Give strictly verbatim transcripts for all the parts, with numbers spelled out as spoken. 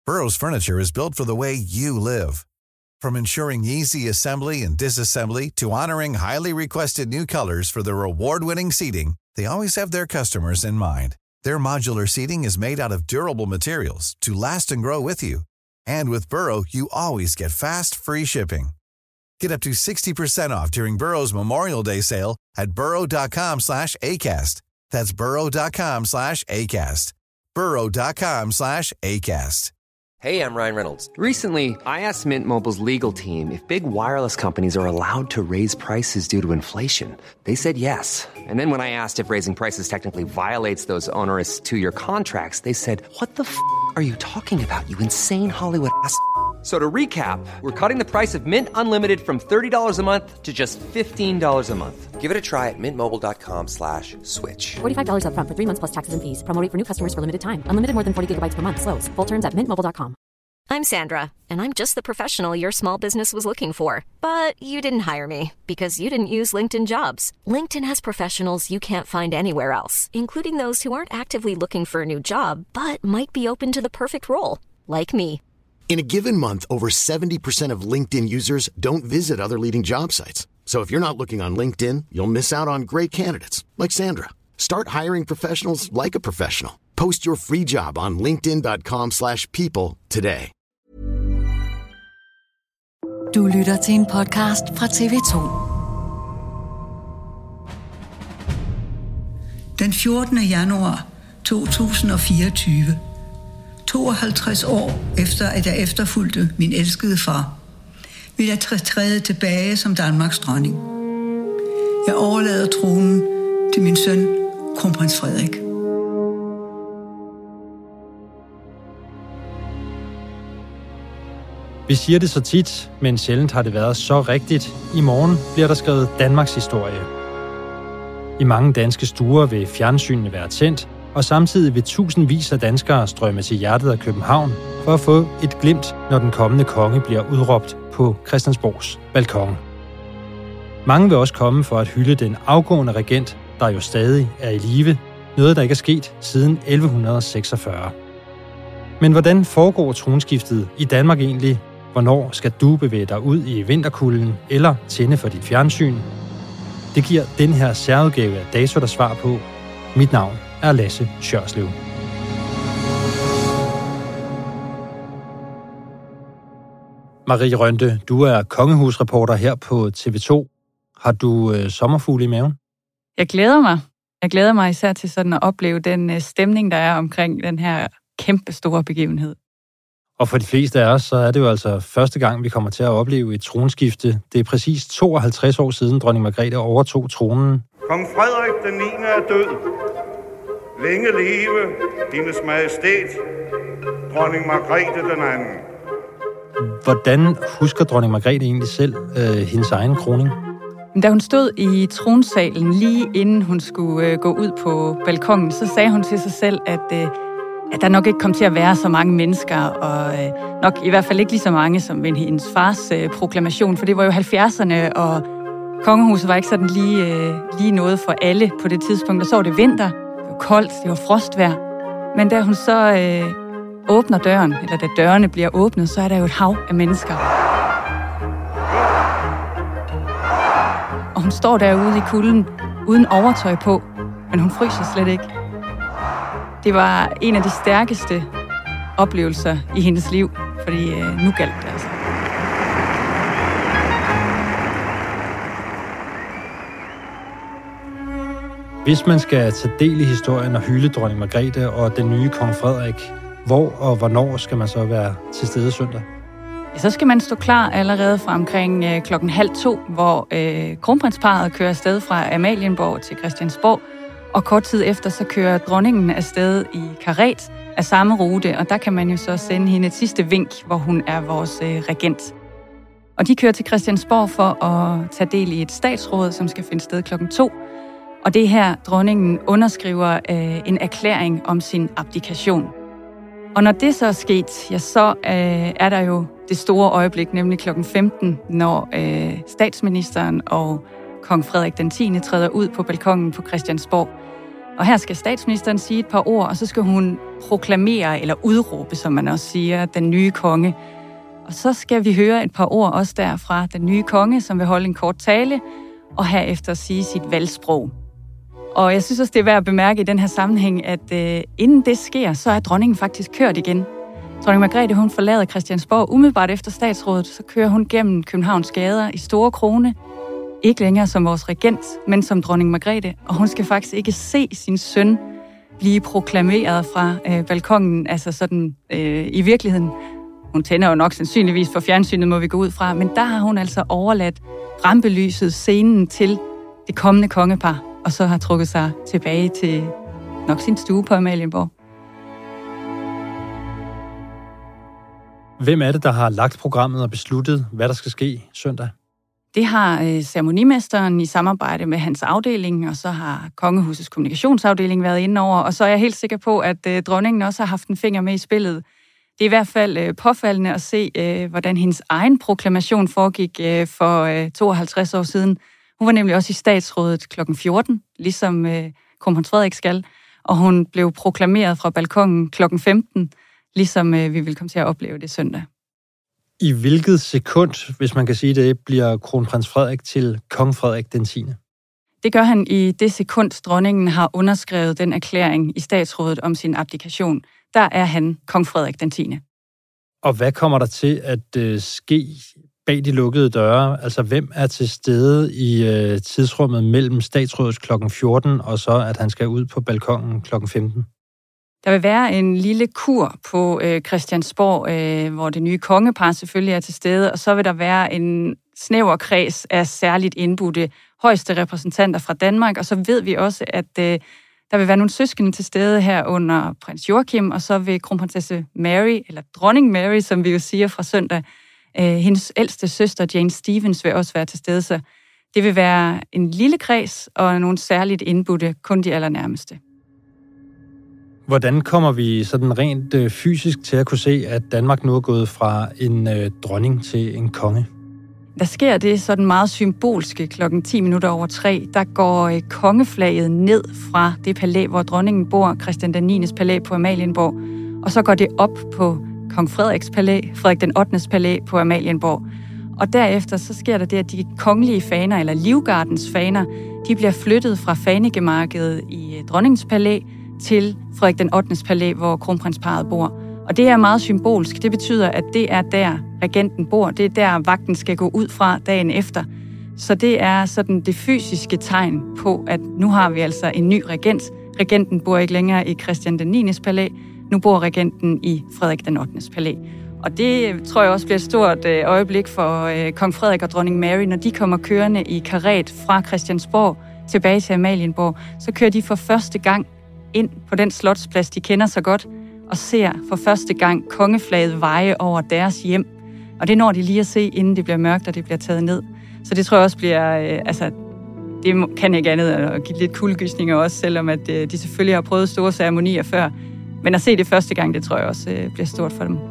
Burrow's furniture is built for the way you live. From ensuring easy assembly and disassembly to honoring highly requested new colors for their award-winning seating, they always have their customers in mind. Their modular seating is made out of durable materials to last and grow with you. And with Burrow, you always get fast, free shipping. Get up to sixty percent off during Burrow's Memorial Day sale at burrow.com slash ACAST. That's burrow.com slash ACAST. burrow.com slash ACAST. Hey, I'm Ryan Reynolds. Recently, I asked Mint Mobile's legal team if big wireless companies are allowed to raise prices due to inflation. They said yes. And then when I asked if raising prices technically violates those onerous two-year contracts, they said, what the f*** are you talking about, you insane Hollywood ass f- So to recap, we're cutting the price of Mint Unlimited from thirty dollars a month to just fifteen dollars a month. Give it a try at mintmobile.com slash switch. forty-five dollars up front for three months plus taxes and fees. Promo rate for new customers for limited time. Unlimited more than forty gigabytes per month. Slows full terms at mint mobile dot com. I'm Sandra, and I'm just the professional your small business was looking for. But you didn't hire me because you didn't use LinkedIn Jobs. LinkedIn has professionals you can't find anywhere else, including those who aren't actively looking for a new job, but might be open to the perfect role, like me. In a given month, over seventy percent of LinkedIn users don't visit other leading job sites. So if you're not looking on LinkedIn, you'll miss out on great candidates like Sandra. Start hiring professionals like a professional. Post your free job on linkedin.com slash people today. Du lytter til en podcast fra T V to. Den fjortende januar to tusind og fireogtyve, tooghalvtreds år efter at jeg efterfulgte min elskede far, vil jeg træde tilbage som Danmarks dronning. Jeg overlader tronen til min søn, kronprins Frederik. Vi siger det så tit, men sjældent har det været så rigtigt. I morgen bliver der skrevet Danmarks historie. I mange danske stuer vil fjernsynene være tændt, og samtidig vil tusindvis af danskere strømme til hjertet af København for at få et glimt, når den kommende konge bliver udråbt på Christiansborgs balkon. Mange vil også komme for at hylde den afgående regent, der jo stadig er i live, noget der ikke er sket siden elleve seksogfyrre. Men hvordan foregår tronskiftet i Danmark egentlig? Hvornår skal du bevæge dig ud i vinterkulden eller tænde for dit fjernsyn? Det giver den her særudgave af Dato, der svar på. Mit navn er Lasse Sjørslev. Marie Rønde, du er kongehusreporter her på T V to. Har du øh, sommerfugle i maven? Jeg glæder mig. Jeg glæder mig især til sådan at opleve den øh, stemning, der er omkring den her kæmpe store begivenhed. Og for de fleste af os, så er det jo altså første gang, vi kommer til at opleve et tronskifte. Det er præcis tooghalvtreds år siden, dronning Margrethe overtog tronen. Kong Frederik den niende er død. Længe leve hendes majestæt, dronning Margrethe den anden. Hvordan husker dronning Margrethe egentlig selv øh, hendes egen kroning? Da hun stod i tronsalen, lige inden hun skulle øh, gå ud på balkongen, så sagde hun til sig selv, at, øh, at der nok ikke kom til at være så mange mennesker, og øh, nok i hvert fald ikke lige så mange som ved hendes fars øh, proklamation, for det var jo halvfjerdserne, og kongehuset var ikke sådan lige, øh, lige noget for alle på det tidspunkt. Og så var det vinter, det var koldt, det var frostvejr. Men da hun så øh, åbner døren, eller da dørene bliver åbnet, så er der jo et hav af mennesker. Og hun står derude i kulden, uden overtøj på, men hun fryser slet ikke. Det var en af de stærkeste oplevelser i hendes liv, fordi øh, nu galt det altså. Hvis man skal tage del i historien og hylde dronning Margrethe og den nye kong Frederik, hvor og hvornår skal man så være til stede søndag? Ja, så skal man stå klar allerede fra omkring øh, klokken halv to, hvor øh, kronprinsparret kører afsted fra Amalienborg til Christiansborg, og kort tid efter så kører dronningen afsted i karet af samme rute, og der kan man jo så sende hende et sidste vink, hvor hun er vores øh, regent. Og de kører til Christiansborg for at tage del i et statsråd, som skal finde sted klokken to. Og det her, dronningen underskriver øh, en erklæring om sin abdikation. Og når det så er sket, ja, så øh, er der jo det store øjeblik, nemlig klokken femten, når øh, statsministeren og kong Frederik den tiende træder ud på balkongen på Christiansborg. Og her skal statsministeren sige et par ord, og så skal hun proklamere eller udråbe, som man også siger, den nye konge. Og så skal vi høre et par ord også derfra den nye konge, som vil holde en kort tale, og herefter sige sit valgsprog. Og jeg synes også, det er værd at bemærke i den her sammenhæng, at øh, inden det sker, så er dronningen faktisk kørt igen. Dronning Margrethe, hun forlader Christiansborg umiddelbart efter statsrådet, så kører hun gennem Københavns gader i store krone. Ikke længere som vores regent, men som dronning Margrethe, og hun skal faktisk ikke se sin søn blive proklameret fra øh, balkongen, altså sådan øh, i virkeligheden. Hun tænder jo nok sandsynligvis for fjernsynet, må vi gå ud fra, men der har hun altså overladt rampelyset, scenen til det kommende kongepar, og så har trukket sig tilbage til nok sin stue på Amalienborg. Hvem er det, der har lagt programmet og besluttet, hvad der skal ske søndag? Det har øh, ceremonimesteren i samarbejde med hans afdeling, og så har Kongehusets kommunikationsafdeling været inde over, og så er jeg helt sikker på, at øh, dronningen også har haft en finger med i spillet. Det er i hvert fald øh, påfaldende at se, øh, hvordan hendes egen proklamation foregik øh, for øh, tooghalvtreds år siden. Hun var nemlig også i statsrådet klokken fjorten, ligesom øh, kronprins Frederik skal, og hun blev proklameret fra balkongen klokken femten, ligesom øh, vi vil komme til at opleve det søndag. I hvilket sekund, hvis man kan sige det, bliver kronprins Frederik til kong Frederik den tiende? Det gør han i det sekund, dronningen har underskrevet den erklæring i statsrådet om sin abdikation. Der er han kong Frederik den tiende. Og hvad kommer der til at øh, ske bag de lukkede døre? Altså, hvem er til stede i øh, tidsrummet mellem statsrådets klokken fjorten, og så at han skal ud på balkongen klokken femten? Der vil være en lille kur på øh, Christiansborg, øh, hvor det nye kongepar selvfølgelig er til stede, og så vil der være en snæver kreds af særligt indbudte højeste repræsentanter fra Danmark, og så ved vi også, at øh, der vil være nogle søskende til stede her under prins Joachim, og så vil kronprinsesse Mary, eller dronning Mary, som vi jo siger fra søndag, øh, hendes ældste søster Jane Stevens vil også være til stede, så det vil være en lille kreds og nogle særligt indbudte, kun de allernærmeste. Hvordan kommer vi sådan rent øh, fysisk til at kunne se, at Danmark nu er gået fra en øh, dronning til en konge? Der sker det sådan meget symbolske klokken ti minutter over tre. Der går øh, kongeflaget ned fra det palæ, hvor dronningen bor, Christian den niendes palæ på Amalienborg. Og så går det op på kong Frederiks palæ, Frederik den ottendes palæ på Amalienborg. Og derefter så sker der det, at de kongelige faner, eller livgardens faner, de bliver flyttet fra fanegemarkedet i øh, dronningens palæ til Frederik den ottendes palæ, hvor kronprinsparret bor. Og det er meget symbolsk. Det betyder, at det er der, regenten bor. Det er der, vagten skal gå ud fra dagen efter. Så det er sådan det fysiske tegn på, at nu har vi altså en ny regent. Regenten bor ikke længere i Christian den niendes palæ. Nu bor regenten i Frederik den ottendes palæ. Og det tror jeg også bliver et stort øjeblik for kong Frederik og dronning Mary, når de kommer kørende i karet fra Christiansborg tilbage til Amalienborg. Så kører de for første gang ind på den slotsplads, de kender så godt, og ser for første gang kongeflaget veje over deres hjem. Og det når de lige at se, inden det bliver mørkt, og det bliver taget ned. Så det tror jeg også bliver, øh, altså, det kan ikke andet at give lidt kuldegysninger også, selvom at øh, de selvfølgelig har prøvet store ceremonier før. Men at se det første gang, det tror jeg også øh, bliver stort for dem.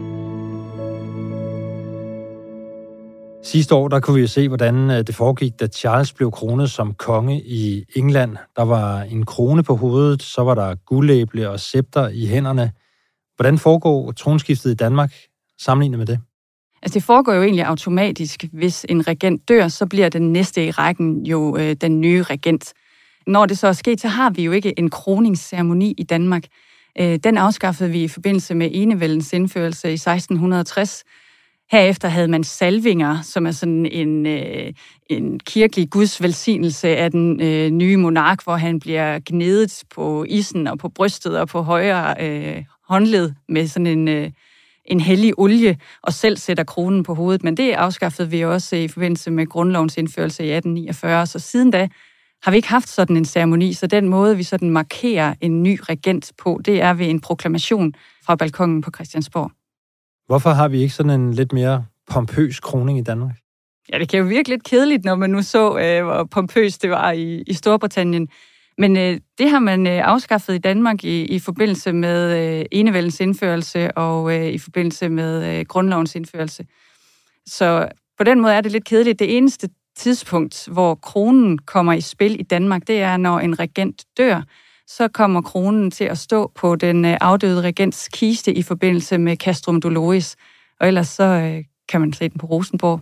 Sidste år, der kunne vi jo se, hvordan det foregik, da Charles blev kronet som konge i England. Der var en krone på hovedet, så var der guldæble og scepter i hænderne. Hvordan foregår tronskiftet i Danmark sammenlignet med det? Altså det foregår jo egentlig automatisk. Hvis en regent dør, så bliver den næste i rækken jo øh, den nye regent. Når det så er sket, så har vi jo ikke en kroningsceremoni i Danmark. Øh, den afskaffede vi i forbindelse med enevældens indførelse i seksten tres. Herefter havde man salvinger, som er sådan en, øh, en kirkelig guds velsignelse af den øh, nye monark, hvor han bliver gnedet på isen og på brystet og på højre øh, håndled med sådan en, øh, en hellig olie, og selv sætter kronen på hovedet. Men det afskaffede vi også i forbindelse med grundlovens indførelse i atten niogfyrre. Så siden da har vi ikke haft sådan en ceremoni, så den måde, vi sådan markerer en ny regent på, det er ved en proklamation fra balkongen på Christiansborg. Hvorfor har vi ikke sådan en lidt mere pompøs kroning i Danmark? Ja, det kan jo virke lidt kedeligt, når man nu så, øh, hvor pompøst det var i, i Storbritannien. Men øh, det har man øh, afskaffet i Danmark i, i forbindelse med øh, enevældens indførelse og øh, i forbindelse med øh, grundlovens indførelse. Så på den måde er det lidt kedeligt. Det eneste tidspunkt, hvor kronen kommer i spil i Danmark, det er, når en regent dør. så kommer kronen til at stå på den afdøde regents kiste i forbindelse med Castrum Doloris. Og ellers så øh, kan man se den på Rosenborg.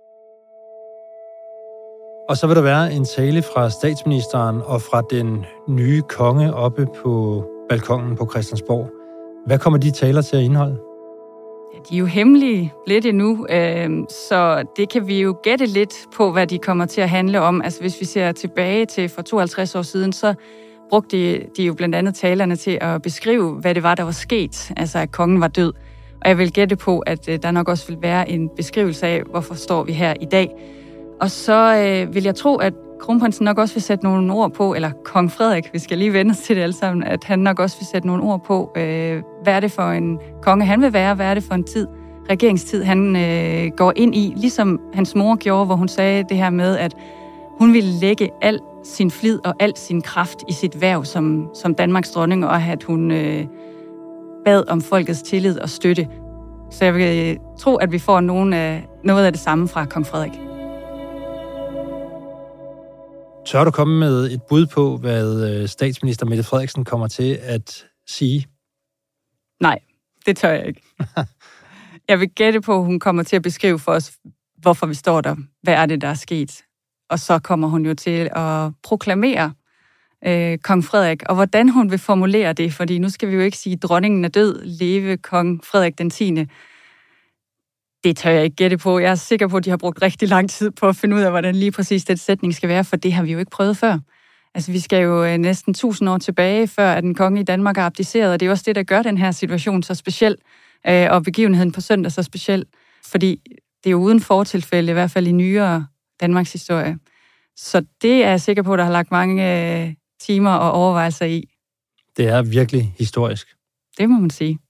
Og så vil der være en tale fra statsministeren og fra den nye konge oppe på balkongen på Christiansborg. Hvad kommer de taler til at indeholde? Ja, de er jo hemmelige lidt endnu, øh, så det kan vi jo gætte lidt på, hvad de kommer til at handle om. Altså hvis vi ser tilbage til for tooghalvtreds år siden, så brugte de jo blandt andet talerne til at beskrive, hvad det var, der var sket, altså at kongen var død. Og jeg vil gætte på, at øh, der nok også vil være en beskrivelse af, hvorfor står vi her i dag. Og så øh, vil jeg tro, at kronprinsen nok også vil sætte nogle ord på, eller kong Frederik, vi skal lige vende os til det alle sammen, at han nok også vil sætte nogle ord på, øh, hvad er det for en konge, han vil være, hvad er det for en tid, regeringstid, han øh, går ind i, ligesom hans mor gjorde, hvor hun sagde det her med, at hun ville lægge al sin flid og al sin kraft i sit hverv som, som Danmarks dronning, og at hun øh, bad om folkets tillid og støtte. Så jeg vil øh, tro, at vi får nogen af, noget af det samme fra kong Frederik. Tør du komme med et bud på, hvad statsminister Mette Frederiksen kommer til at sige? Nej, det tør jeg ikke. Jeg vil gætte på, at hun kommer til at beskrive for os, hvorfor vi står der. Hvad er det, der er sket? Og så kommer hun jo til at proklamere øh, kong Frederik, og hvordan hun vil formulere det, fordi nu skal vi jo ikke sige, dronningen er død, leve kong Frederik den tiende. Det tør jeg ikke gætte på. Jeg er sikker på, at de har brugt rigtig lang tid på at finde ud af, hvordan lige præcis den sætning skal være, for det har vi jo ikke prøvet før. Altså, vi skal jo næsten tusind år tilbage, før at den konge i Danmark har abdiceret, og det er også det, der gør den her situation så speciel, og begivenheden på søndag så speciel, fordi det er jo uden fortilfælde, i hvert fald i nyere Danmarks historie. Så det er jeg sikker på, at der har lagt mange timer og overvejelser i. Det er virkelig historisk. Det må man sige.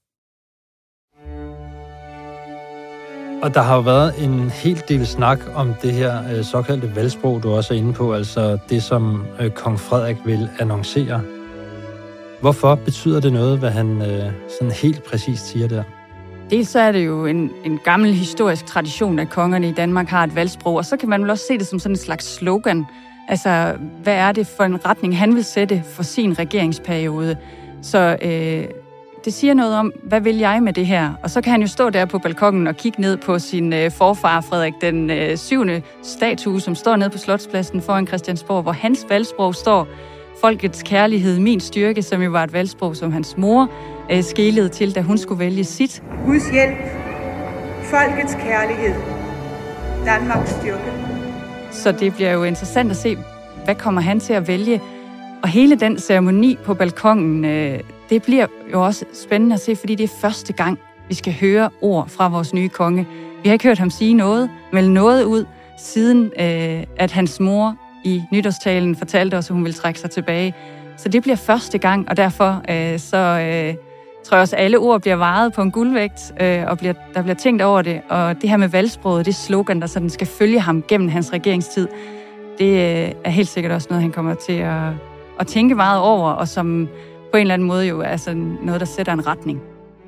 Og der har jo været en hel del snak om det her øh, såkaldte valgsprog, du også er inde på, altså det, som øh, kong Frederik vil annoncere. Hvorfor betyder det noget, hvad han øh, sådan helt præcist siger der? Dels så er det jo en, en gammel historisk tradition, at kongerne i Danmark har et valgsprog, og så kan man vel også se det som sådan en slags slogan. Altså, hvad er det for en retning, han vil sætte for sin regeringsperiode? Så øh, det siger noget om, hvad vil jeg med det her? Og så kan han jo stå der på balkongen og kigge ned på sin øh, forfar, Frederik den øh, syvende statue, som står nede på Slotspladsen foran Christiansborg, hvor hans valgsprog står, folkets kærlighed, min styrke, som jo var et valgsprog, som hans mor øh, skelede til, da hun skulle vælge sit. Guds hjælp, folkets kærlighed, Danmarks styrke. Så det bliver jo interessant at se, hvad kommer han til at vælge? Og hele den ceremoni på balkongen, øh, det bliver jo også spændende at se, fordi det er første gang, vi skal høre ord fra vores nye konge. Vi har ikke hørt ham sige noget, melde noget ud, siden øh, at hans mor i nytårstalen fortalte os, at hun ville trække sig tilbage. Så det bliver første gang, og derfor øh, så øh, tror jeg også, at alle ord bliver vejet på en guldvægt, øh, og bliver, der bliver tænkt over det. Og det her med valgsproget, det slogan, der sådan skal følge ham gennem hans regeringstid, det øh, er helt sikkert også noget, han kommer til at, at tænke meget over, og som på en eller anden måde jo er sådan noget, der sætter en retning.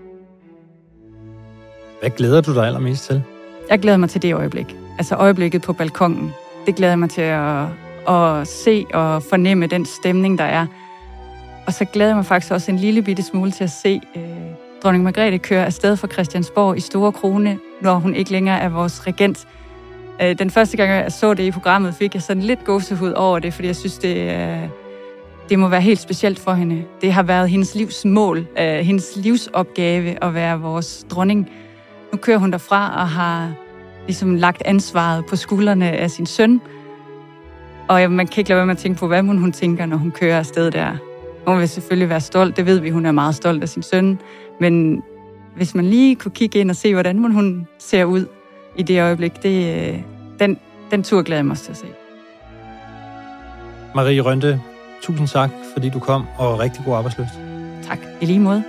Hvad glæder du dig allermest til? Jeg glæder mig til det øjeblik. Altså øjeblikket på balkongen. Det glæder jeg mig til at, at se og fornemme den stemning, der er. Og så glæder jeg mig faktisk også en lille bitte smule til at se øh, dronning Margrethe køre afsted fra Christiansborg i store krone, når hun ikke længere er vores regent. Øh, den første gang, jeg så det i programmet, fik jeg sådan lidt gåsehud over det, fordi jeg synes, det, øh, det må være helt specielt for hende. Det har været hendes livs mål, øh, hendes livsopgave at være vores dronning. Nu kører hun derfra og har ligesom lagt ansvaret på skuldrene af sin søn. Og man kan ikke lade være med at tænke på, hvad hun, hun tænker, når hun kører afsted der. Hun vil selvfølgelig være stolt, det ved vi, hun er meget stolt af sin søn. Men hvis man lige kunne kigge ind og se, hvordan hun ser ud i det øjeblik, det, den, den tur glæder jeg mig også til at se. Marie Rønde, tusind tak, fordi du kom, og rigtig god arbejdsløst. Tak, i lige måde.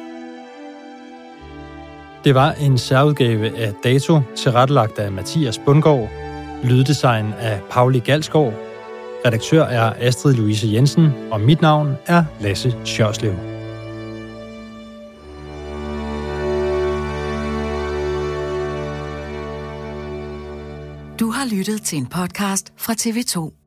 Det var en særudgave af Dato, tilrettelagt af Mathias Bundgaard, lyddesign af Pauli Galsgaard, redaktør er Astrid Louise Jensen, og mit navn er Lasse Sjørslev. Du har lyttet til en podcast fra T V to.